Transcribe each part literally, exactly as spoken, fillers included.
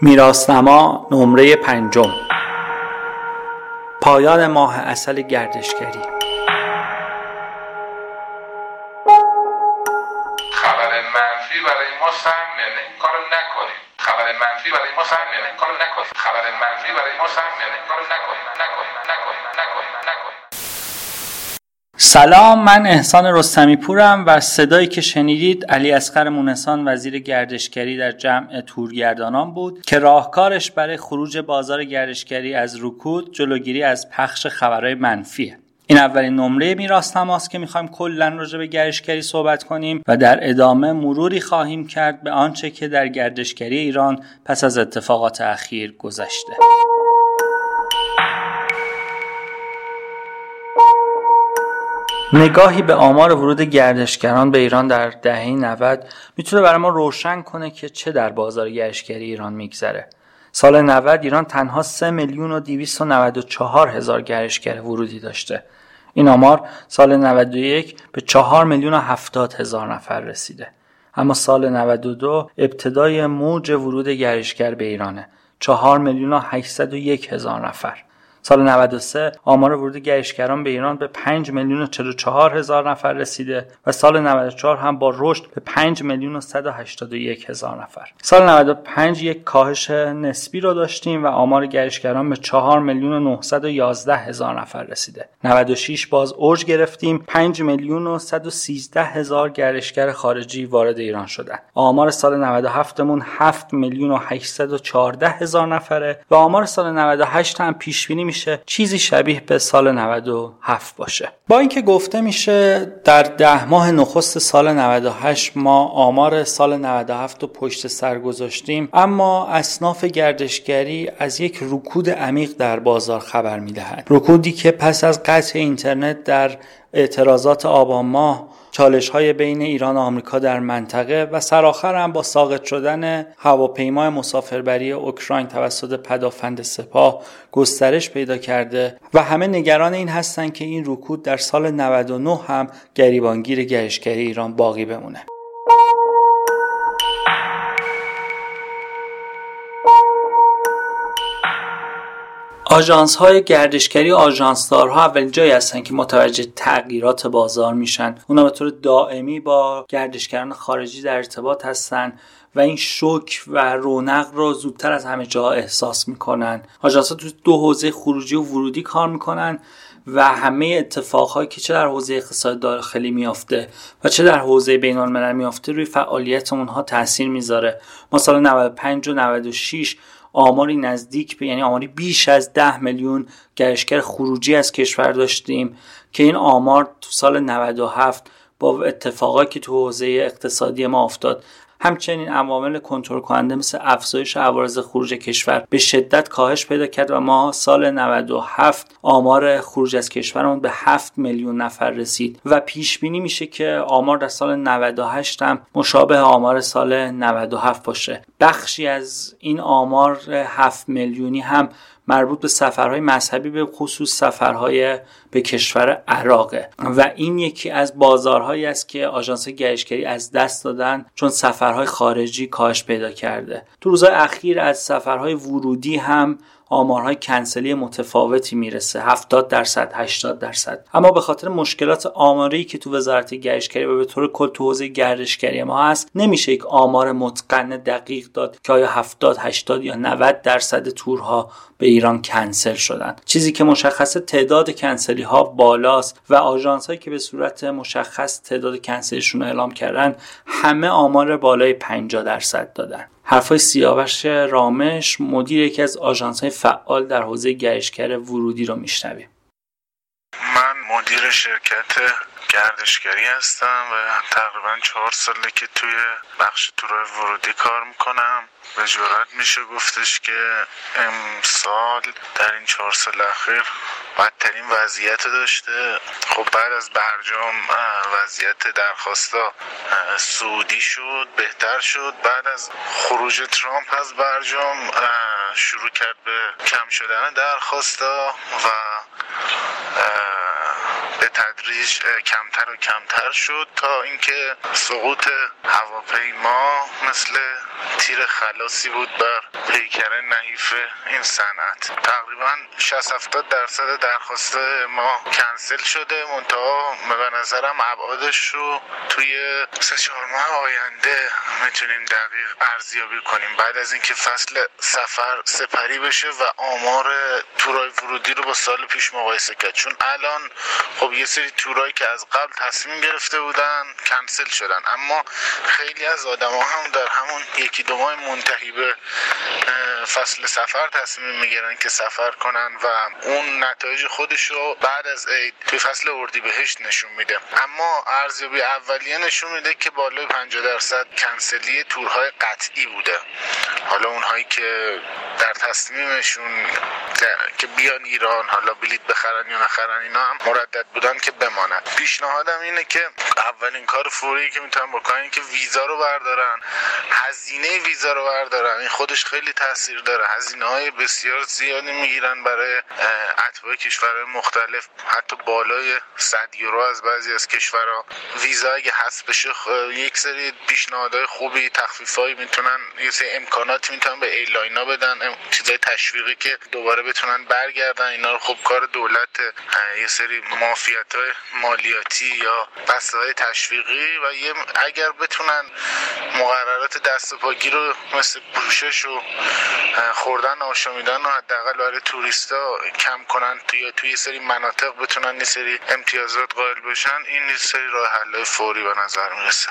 میراث‌نما نمره پنجم. پایان ماه عسل گردشگری. خبر منفی برای ما سهمه، این کارو نکنیم. خبر منفی برای ما سهمه، این کارو نکنیم. خبر منفی برای ما سهمه، این کارو نکنیم. نکنیم نکنیم نکنیم نکنیم. سلام، من احسان رستمی پورم و صدایی که شنیدید علی اصغر مونسان وزیر گردشگری در جمع تورگردانان بود که راهکارش برای خروج بازار گردشگری از رکود جلوگیری از پخش خبرهای منفیه. این اولین نمره میراث‌نماست که میخوایم کلاً راجع به گردشگری صحبت کنیم و در ادامه مروری خواهیم کرد به آنچه که در گردشگری ایران پس از اتفاقات اخیر گذشته. نگاهی به آمار ورود گردشگران به ایران در دهه نود میتونه برای ما روشن کنه که چه در بازار گردشگری ایران میگذره. سال نود ایران تنها سه میلیون و دویست و نود و چهار هزار گردشگر ورودی داشته. این آمار سال نود و یک به چهار میلیون و هفتاد هزار نفر رسیده. اما سال نود و دو ابتدای موج ورود گردشگر به ایرانه. چهار میلیون و هشتصد و یک هزار نفر. سال نود و سه آمار ورود گردشگران به ایران به پنج میلیون و چهل و چهار هزار نفر رسیده و سال نود و چهار هم با رشد به پنج میلیون و صد و هشتاد و یک هزار نفر. سال نود و پنج یک کاهش نسبی رو داشتیم و آمار گردشگران به چهار میلیون و نهصد و یازده هزار نفر رسیده. نود و شش باز اوج گرفتیم، پنج میلیون و صد و سیزده هزار گردشگر خارجی وارد ایران شدند. آمار سال نود و هفت مون هفت میلیون و هشتصد و چهارده هزار نفره و آمار سال نود و هشت هم پیش بینی میشه چیزی شبیه به سال نود و هفت باشه. با اینکه گفته میشه در ده ماه نخست سال نود و هشت ما آمار سال نود و هفت رو پشت سر گذاشتیم، اما اصناف گردشگری از یک رکود عمیق در بازار خبر میدهند. رکودی که پس از قطع اینترنت در اعتراضات آبان ماه، چالش‌های بین ایران و آمریکا در منطقه و سرآخر هم با ساقط شدن هواپیمای مسافربری اوکراین توسط پدافند سپاه گسترش پیدا کرده و همه نگران این هستند که این رکود در سال نود و نه هم گریبانگیر گردشگری ایران باقی بمونه. آژانس‌های گردشگری و آژانسدارها اولین جایی هستن که متوجه تغییرات بازار میشن. اونا به طور دائمی با گردشگران خارجی در ارتباط هستن و این شوک و رونق رو زودتر از همه جا احساس میکنن. آژانس‌ها تو دو حوزه خروجی و ورودی کار میکنن و همه اتفاقهایی که چه در حوزه اقتصاد داخلی میافته و چه در حوزه بین‌المللی میافته روی فعالیت اونها تاثیر میذاره. ما سال نود و پنج و نود و شش آماری نزدیک به یعنی آماری بیش از ده میلیون گردشگر خروجی از کشور داشتیم که این آمار تو سال نود و هفت با اتفاقایی که تو حوزه اقتصادی ما افتاد، همچنین عوامل کنترل کننده مثل افزایش عوارض خروج کشور به شدت کاهش پیدا کرد و ما سال نود و هفت آمار خروج از کشورمون به هفت میلیون نفر رسید و پیش بینی میشه که آمار در سال نود و هشت هم مشابه آمار سال نود و هفت باشه. بخشی از این آمار هفت میلیونی هم مربوط به سفرهای مذهبی به خصوص سفرهای به کشور عراقه و این یکی از بازارهایی است که آژانس گردشگری از دست دادن چون سفرهای خارجی کاهش پیدا کرده. تو روزهای اخیر از سفرهای ورودی هم آمارهای کنسلی متفاوتی میرسه، هفتاد درصد هشتاد درصد. اما به خاطر مشکلات آماری که تو وزارت گردشگری و به طور کل تو حوزه گردشگری ما هست، نمیشه یک آمار متقن دقیق داد که آیا هفتاد هشتاد یا نود درصد تورها به ایران کنسل شدن. چیزی که مشخصه تعداد کنسلی ها بالاست و آژانس هایی که به صورت مشخص تعداد کنسلیشون رو اعلام کردن همه آمار بالای پنجاه درصد دادن. حرفای سیاوش رامش، مدیر یکی از آژانس‌های فعال در حوزه گردشگر ورودی رو میشنویم. من مدیر شرکت گردشگری هستم و تقریبا چهار ساله که توی بخش تورای ورودی کار میکنم. به جرات میشه گفتش که امسال در این چهار سال اخیر بدترین وضعیت داشته. خب بعد از برجام وضعیت درخواستا سعودی شد، بهتر شد. بعد از خروج ترامپ از برجام شروع کرد به کم شدن درخواستا و به تدریج کمتر و کمتر شد تا اینکه سقوط هواپیما مثل تیر خلاصی بود بر پیکر نحیف این صنعت. تقریبا شصت هفتاد درصد درخواست ما کنسل شده، منتها به نظرم ابعادش رو توی سه چهار ماه آینده میتونیم دقیق ارزیابی کنیم بعد از اینکه فصل سفر سپری بشه و آمار تورای ورودی رو با سال پیش مقایسه کرد. چون الان خب یه سری تورایی که از قبل تصمیم گرفته بودن کنسل شدن، اما خیلی از آدما هم در همون یکی دو ماه منتهی به فصل سفر تصمیم میگیرن که سفر کنن و اون نتایج خودش رو بعد از عید توی فصل اردیبهشت نشون میده. اما ارزیابی اولیه نشون میده که بالای پنجاه درصد کنسلی تورهای قطعی بوده. حالا اونهایی که در تصمیمشون که بیان ایران حالا بلیط بخرن یا نخرن اینا هم مردد بودن که بمانن. پیشنهادم اینه که اولین کار فوری که میتونن بکنن این که ویزا رو بردارن، هزینه ویزا رو بردارن. این خودش خیلی تاثیر داره، هزینه های بسیار زیادی میگیرن برای اتباع کشورهای مختلف، حتی بالای صد یورو از بعضی از کشورها. ویزا اگه حذف بشه یک سری پیشنهادهای خوبی، تخفیفایی میتونن، یه سری امکاناتی میتونن به ایرلاینا بدن، چیزای تشویقی که دوباره بتونن برگردن. اینا رو خب کار دولت، یه سری معافیت‌های مالیاتی یا بسته‌های تشویقی و یه اگر بتونن مقررات دست و پاگیر رو مثل پوشش و خوردن آشامیدن رو حداقل برای توریستا کم کنن یا توی یه سری مناطق بتونن یه سری امتیازات قائل بشن، این یه سری راه حل‌های فوری به نظر میرسه.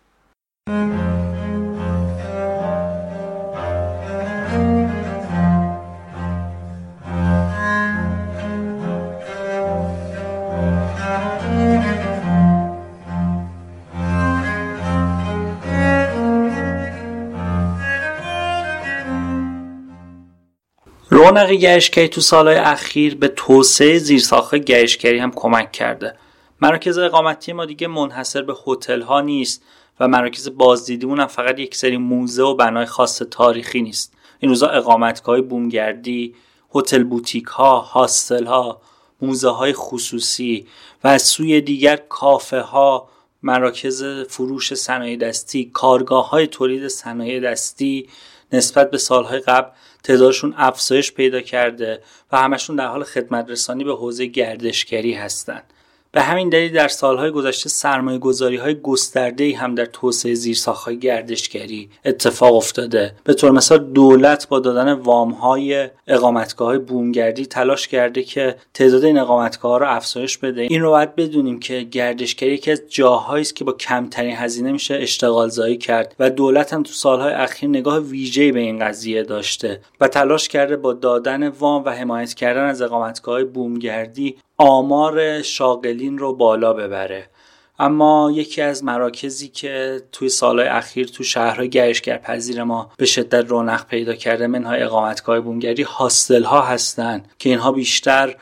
رونق گردشگری تو سالهای اخیر به توسعه زیرساخت‌های گردشگری هم کمک کرده. مراکز اقامتی ما دیگه منحصر به هتل‌ها نیست و مراکز بازدیدیمون هم فقط یک سری موزه و بنای خاص تاریخی نیست. این روزا اقامتگاه‌های بومگردی، هتل بوتیک‌ها، هاستل‌ها، موزه‌های خصوصی و از سوی دیگر کافه‌ها، مراکز فروش صنایع دستی، کارگاه‌های تولید صنایع دستی نسبت به سالهای قبل تعدادشون افزایش پیدا کرده و همشون در حال خدمت رسانی به حوزه گردشگری هستند. به همین دلیل در سالهای گذشته سرمایه‌گذاری‌های گسترده‌ای هم در توسعه زیرساخت‌های گردشگری اتفاق افتاده. به طور مثال دولت با دادن وام‌های اقامتگاه‌های بومگردی تلاش کرده که تعداد این اقامتگاه‌ها رو افزایش بده. این رو باید بدونیم که گردشگری یکی از جاهایی است که با کمترین هزینه میشه اشتغال زایی کرد و دولت هم تو سالهای اخیر نگاه ویژه‌ای به این قضیه داشته و تلاش کرده با دادن وام و حمایت کردن از اقامتگاه‌های بومگردی آمار شاغلین رو بالا ببره. اما یکی از مراکزی که توی سالهای اخیر تو شهرهای گردشگرپذیر ما به شدت رونق پیدا کرده منهای اقامتگاه بومگردی هاستل ها هستن که اینها بیشتر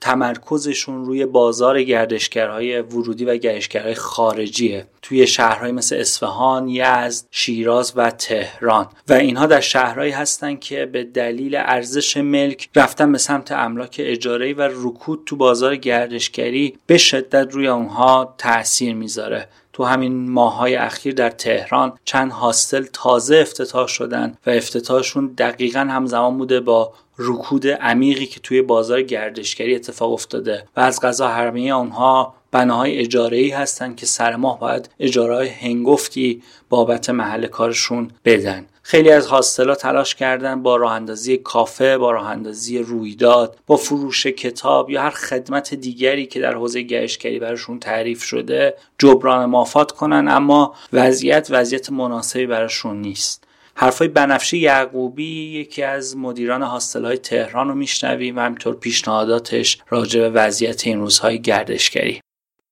تمرکزشون روی بازار گردشگرهای ورودی و گردشگرهای خارجیه توی شهرهای مثل اصفهان، یزد، شیراز و تهران و اینها در شهرهایی هستن که به دلیل ارزش ملک رفتن به سمت املاک اجاره‌ای و رکود تو بازار گردشگری به شدت روی اونها تأثیر میذاره. تو همین ماه‌های اخیر در تهران چند هاستل تازه افتتاح شدن و افتتاحشون دقیقاً همزمان بوده با رکود عمیقی که توی بازار گردشگری اتفاق افتاده و از قضا همه اونها بناهای اجاره‌ای هستن که سر ماه باید اجاره‌های هنگفتی بابت محل کارشون بدن. خیلی از هاستل‌ها تلاش کردن با راه اندازی کافه، با راه اندازی رویداد، با فروش کتاب یا هر خدمت دیگری که در حوزه گردشگری براشون تعریف شده جبران مافات کنن، اما وضعیت وضعیت مناسبی براشون نیست. حرفای بنفشه یعقوبی یکی از مدیران هاستل‌های تهران رو میشنویم و همینطور پیشنهاداتش راجع به وضعیت این روزهای گردشگری.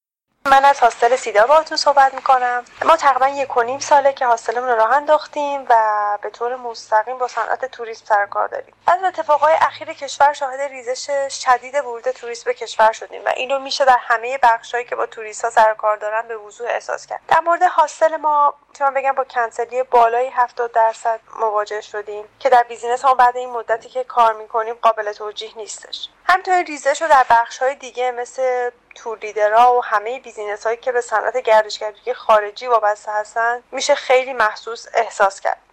من از هاستل سیدا باهاتون صحبت میکنم. ما تقریبا یک و نیم ساله که هاستلمون رو راه انداختیم و به طور مستقیم با صنعت توریسم سر کار داریم. از اتفاقای اخیر کشور شاهد ریزش شدید ورود توریست به کشور شدیم و این رو میشه در همه بخشایی که با توریست‌ها سر کار دارن به وضوح احساس کرد. در مورد هاستل ما میتونم بگم با کنسلی بالای هفتاد درصد مواجه شدیم که در بیزینس هم بعد این مدتی که کار میکنیم قابل توجیه نیستش. همینطور ریزش رو در بخش‌های دیگه مثل تور لیدرها و همه بیزینس‌هایی که به صنعت گردشگری خارجی وابسته هستن میشه خیلی محسوس احساس کرد.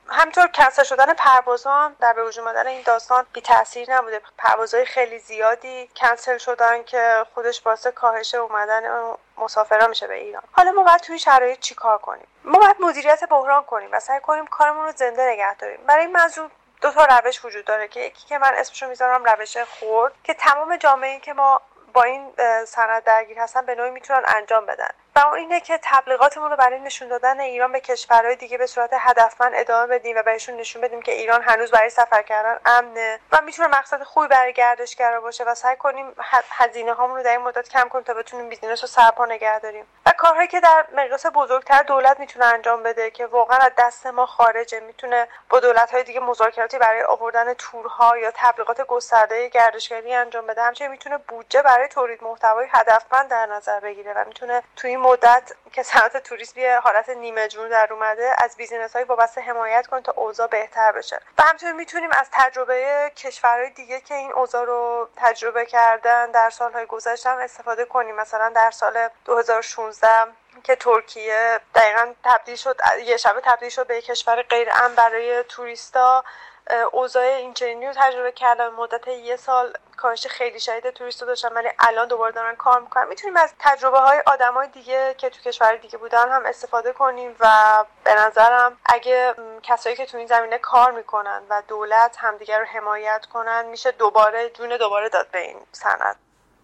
همینطور کنسل شدن پروازها هم در به وجود اومدن این داستان بی تاثیر نبوده. پروازهای خیلی زیادی کنسل شدن که خودش باعث کاهش اومدن مسافرا میشه به ایران. حالا ما باید توی شرایط چیکار کنیم؟ ما باید مدیریت بحران کنیم و سعی کنیم کارمون رو زنده نگه داریم. برای این موضوع دو تا روش وجود داره که یکی که من اسمشو میذارم روش خرد، که تمام جامعه‌ای که ما با این صنعت درگیر هستن به نوعی میتونن انجام بدن و اون اینه که تبلیغاتمون رو برای نشون دادن ایران به کشورهای دیگه به صورت هدفمند ادامه بدیم و بهشون نشون بدیم که ایران هنوز برای سفر کردن امنه و میتونه مقصد خوبی برای گردشگرا باشه و سعی کنیم هزینه هامون رو در این مدت کم کنیم تا بتونیم بیزینس رو سرپا نگه داریم. و کارهایی که در مقیاس بزرگتر دولت میتونه انجام بده که واقعا از دست ما خارجه، میتونه با دولت‌های دیگه مذاکراتی برای آوردن تورها یا تبلیغات گسترده گردشگری انجام بده. همچنین میتونه بودجه برای تولید محتوای هدفمند در نظر بگیره و میتونه توی این مدت که صنعت توریسم به حالت نیمه جون در اومده از بیزینس‌های وابسته حمایت کنه تا اوضاع بهتر بشه. و همچنین میتونیم از تجربه کشورهای دیگه که این اوضاع رو تجربه کردن در سالهای گذشته هم استفاده کنیم. مثلا در سال دو هزار و شانزده که ترکیه دقیقاً تبدیل شد، یه شبه تبدیل شد به یک کشور غیر امن برای توریستا، اوضاع اینچنینی رو تجربه کردن. مدت یه سال کاهش خیلی شدید توریستا داشتن ولی الان دوباره دارن کار میکنن. میتونیم از تجربه های آدمای دیگه که تو کشور دیگه بودن هم استفاده کنیم و به نظرم اگه کسایی که تو این زمینه کار میکنن و دولت همدیگه رو حمایت کنن میشه دوباره جون دوباره داد به این صنعت.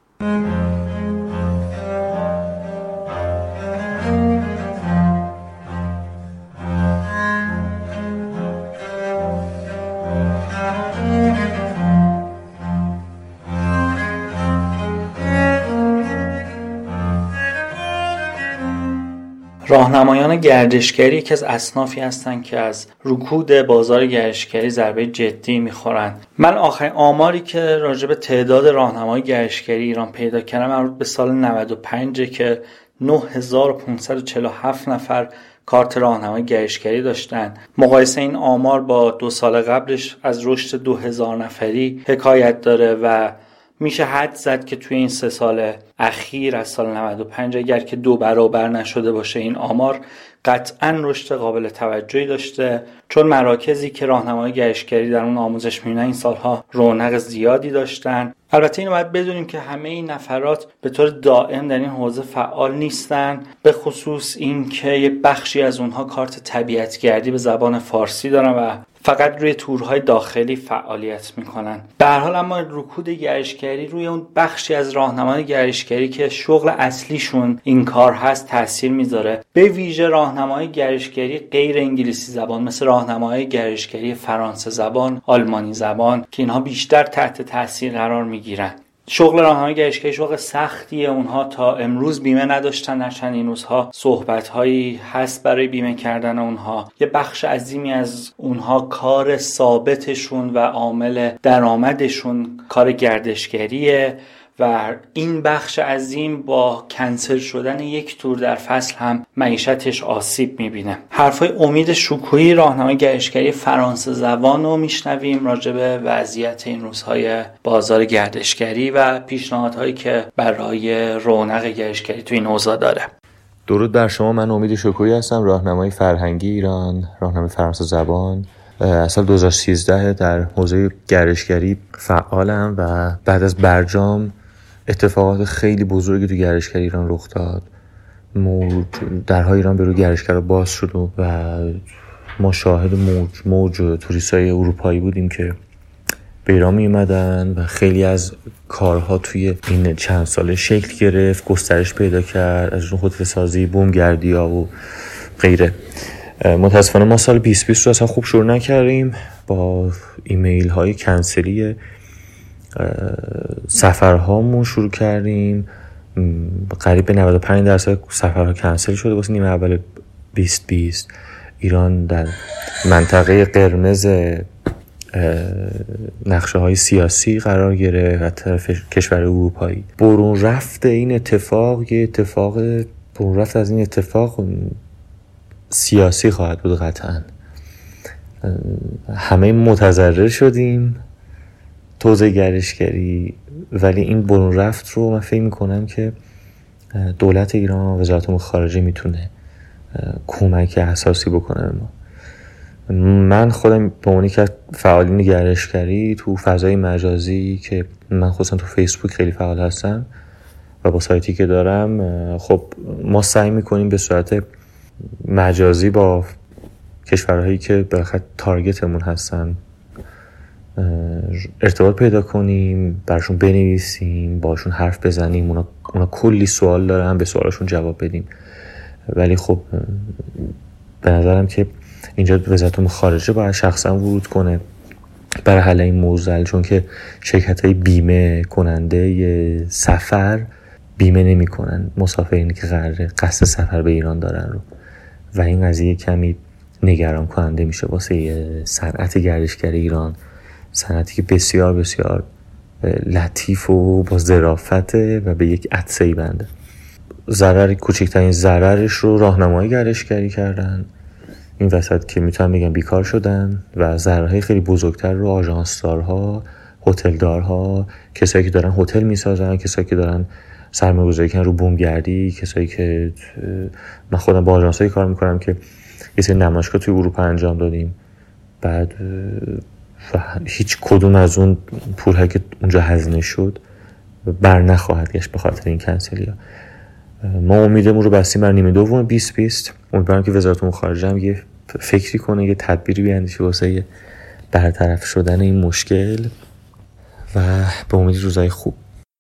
راهنمایان گردشگری یکی از اصنافی هستند که از رکود بازار گردشگری ضربه جدی میخورند. من آخرین آماری که راجع به تعداد راهنمای گردشگری ایران پیدا کردم مربوط به سال نود و پنج که نه هزار و پانصد و چهل و هفت نفر کارت راهنمای گردشگری داشتن. مقایسه این آمار با دو سال قبلش از رشد دو هزار نفری حکایت داره و میشه حد زد که توی این سه سال اخیر از سال نود و پنج اگر که دو برابر نشده باشه این آمار قطعاً رشد قابل توجهی داشته، چون مراکزی که راهنمای گردشگری در اون آموزش می‌بینن این سالها رونق زیادی داشتن. البته اینو باید بدونیم که همه این نفرات به طور دائم در این حوزه فعال نیستن، به خصوص این که یه بخشی از اونها کارت طبیعتگردی به زبان فارسی دارن و فقط روی تورهای داخلی فعالیت میکنن. به هر حال اما رکود گردشگری روی اون بخشی از راهنمای گردشگری که شغل اصلیشون این کار هست تاثیر میذاره، به ویژه راهنمای گردشگری غیر انگلیسی زبان مثل راهنمای گردشگری فرانسه زبان، آلمانی زبان که اینها بیشتر تحت تاثیر قرار میگیرن. شغل راهنمای گردشگری شغل سختیه. اونها تا امروز بیمه نداشتن، در چندین روزها صحبت‌هایی هست برای بیمه کردن اونها. یه بخش عظیمی از اونها کار ثابتشون و عامل درآمدشون کار گردشگریه و این بخش عظیم با کنسل شدن یک تور در فصل هم معیشتش آسیب میبینه. حرفای امید شکوهی راهنمای گردشگری فرانسه زبان رو میشنویم راجع به وضعیت این روزهای بازار گردشگری و پیشنهادهایی که برای رونق گردشگری تو این حوزه داره. درود بر شما، من امید شکوهی هستم، راهنمای فرهنگی ایران، راهنمای فرانسه زبان. از سال دو هزار و سیزده در حوزه گردشگری فعالم و بعد از برجام اتفاقات خیلی بزرگی تو گردشگری ایران رخ داد. موج درهای ایران به روی گردشگرا باز شد و ما شاهد موج موج توریستای اروپایی بودیم که به ایران می اومدن و خیلی از کارها توی این چند ساله شکل گرفت، گسترش پیدا کرد، از اون هتل سازی، بومگردی‌ها و غیره. متاسفانه ما سال بیست بیست رو اصلا خوب شروع نکردیم، با ایمیل های کنسلی سفرهامون شروع کردیم. قریب به نود و پنج درصد سفرها کنسل شده واسه نیمه اول بیست بیست. ایران در منطقه قرمز نقشه های سیاسی قرار گرفت از طرف کشور اروپایی. برون رفت این اتفاق یه اتفاق برون رفت از این اتفاق سیاسی خواهد بود قطعا. همه متضرر شدیم توزیع گردشگری، ولی این برون رفت رو من فکر میکنم که دولت ایران و وزارت امور خارجه میتونه کمک اساسی بکنه به ما. من خودم به عنوان که فعالین گردشگری تو فضای مجازی که من خصوصا تو فیسبوک خیلی فعال هستم و با سایتی که دارم، خب ما سعی میکنیم به صورت مجازی با کشورهایی که بالاخره تارگتمون هستن ارتباط پیدا کنیم، براشون بنویسیم، باشون حرف بزنیم. اونا, اونا کلی سوال دارن، به سوالاشون جواب بدیم. ولی خب به نظرم که اینجا وزارت امور خارجه باید شخصا ورود کنه برای حل این موضوع، چون که شرکت‌های بیمه کننده سفر بیمه نمی‌کنن مسافرینی که قراره قصد سفر به ایران دارن رو، و این قضیه کمی نگران کننده میشه واسه صنعت گردشگری ایران، صنعتی که بسیار بسیار لطیف و با ظرافته و به یک عطسه‌ای بنده. ضرر کوچکترین ضررش رو راهنمایی گردشگری کردن این وسط که میتونم بگم بیکار شدن، و ضررهای خیلی بزرگتر رو آژانسدارها، هتلدارها، کسایی که دارن هتل میسازن، کسایی که دارن سرمایه‌گذاری کردن رو بومگردی، کسایی که من خودم با آژانسایی کار میکنم که یه سری نمایشگاه توی اروپا انجام دادیم، بعد هیچ کدوم از اون پول‌هایی که اونجا هزینه شد بر نخواهد گشت به خاطر این کنسل‌ها. ما امیدمون رو بستیم بر نیمه دوم بیست بیست. امیدوارم که وزارت امور خارجه هم یه فکری کنه، یه تدبیری بیاندیشه واسه برطرف شدن این مشکل، و به امید روزای خوب.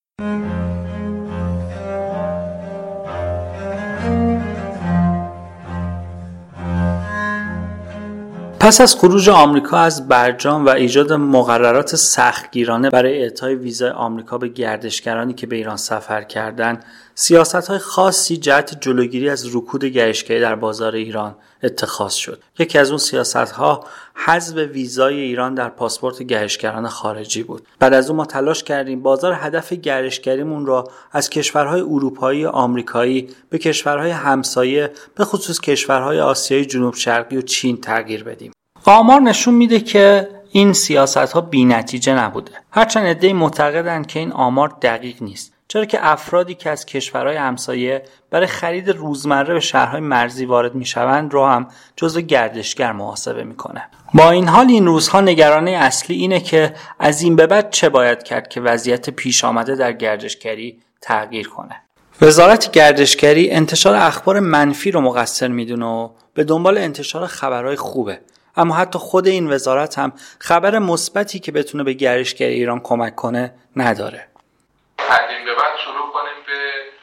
پس از خروج آمریکا از برجام و ایجاد مقررات سختگیرانه برای اعطای ویزای آمریکا به گردشگرانی که به ایران سفر کردند، سیاست‌های خاصی جهت جلوگیری از رکود گردشگری در بازار ایران اتخاذ شد. یکی از اون سیاست‌ها حذف ویزای ایران در پاسپورت گردشگران خارجی بود. بعد از اون ما تلاش کردیم بازار هدف گردشگریمون را از کشورهای اروپایی و آمریکایی به کشورهای همسایه، به خصوص کشورهای آسیای جنوب شرقی و چین تغییر بدیم. آمار نشون میده که این سیاست‌ها بی‌نتیجه نبوده. هرچند عده‌ای معتقدند که این آمار دقیق نیست، چرا که افرادی که از کشورهای همسایه برای خرید روزمره به شهرهای مرزی وارد میشوند رو هم جزو گردشگر محاسبه میکنه. با این حال این روزها نگرانی اصلی اینه که از این به بعد چه باید کرد که وضعیت پیش آمده در گردشگری تغییر کنه. وزارت گردشگری انتشار اخبار منفی رو مقصر میدونه و به دنبال انتشار خبرهای خوبه، اما حتی خود این وزارت هم خبر مثبتی که بتونه به گردشگری ایران کمک کنه نداره. از این به بعد شروع کنیم به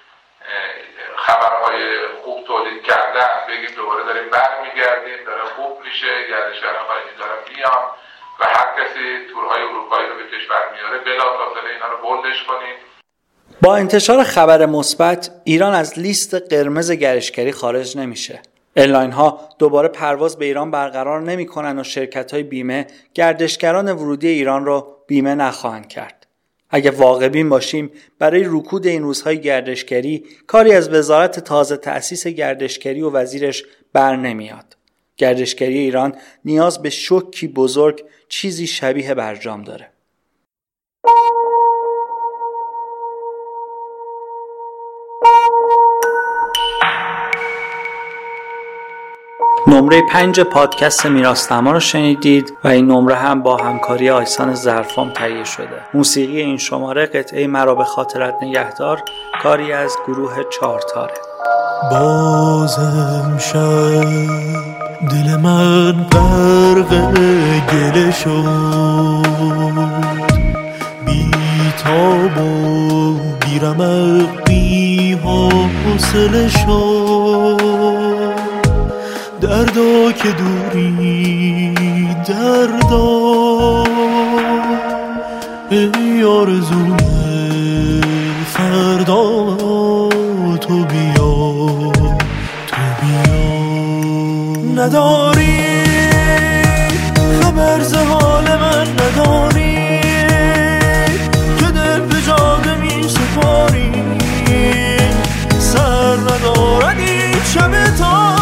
خبرهای خوب تولید کردن، بگیم دوباره داریم برمیگردیم، داره خوب میشه، گردشگران خارجی دارن میان و هر کسی تورهای اروپایی رو به کشور میاره بلافاصله اینا رو بولدش کنیم. با انتشار خبر مثبت ایران از لیست قرمز گردشگری خارج نمیشه. ایرلاین ها دوباره پرواز به ایران برقرار نمیکنن و شرکت های بیمه گردشگران ورودی ایران رو بیمه نخواهند کرد. اگه واقع بین باشیم برای رکود این روزهای گردشگری کاری از وزارت تازه تأسیس گردشگری و وزیرش بر نمیاد. گردشگری ایران نیاز به شوکی بزرگ، چیزی شبیه برجام داره. نمره پنج پادکست میراث‌نما رو شنیدید و این نمره هم با همکاری آیسان ظرفام تهیه شده. موسیقی این شماره قطعه مرا به خاطرت نگهدار، کاری از گروه چارتاره. بازم شب دل من غرق گله شد، بی تاب و بی رمق بی حوصله شد، دردا که دوری دردا ای آرزوی فردا تو بیا تو بیا. نداری خبر ز حال من، نداری که دل به جاده می سپاری، سر ندارد این شب تا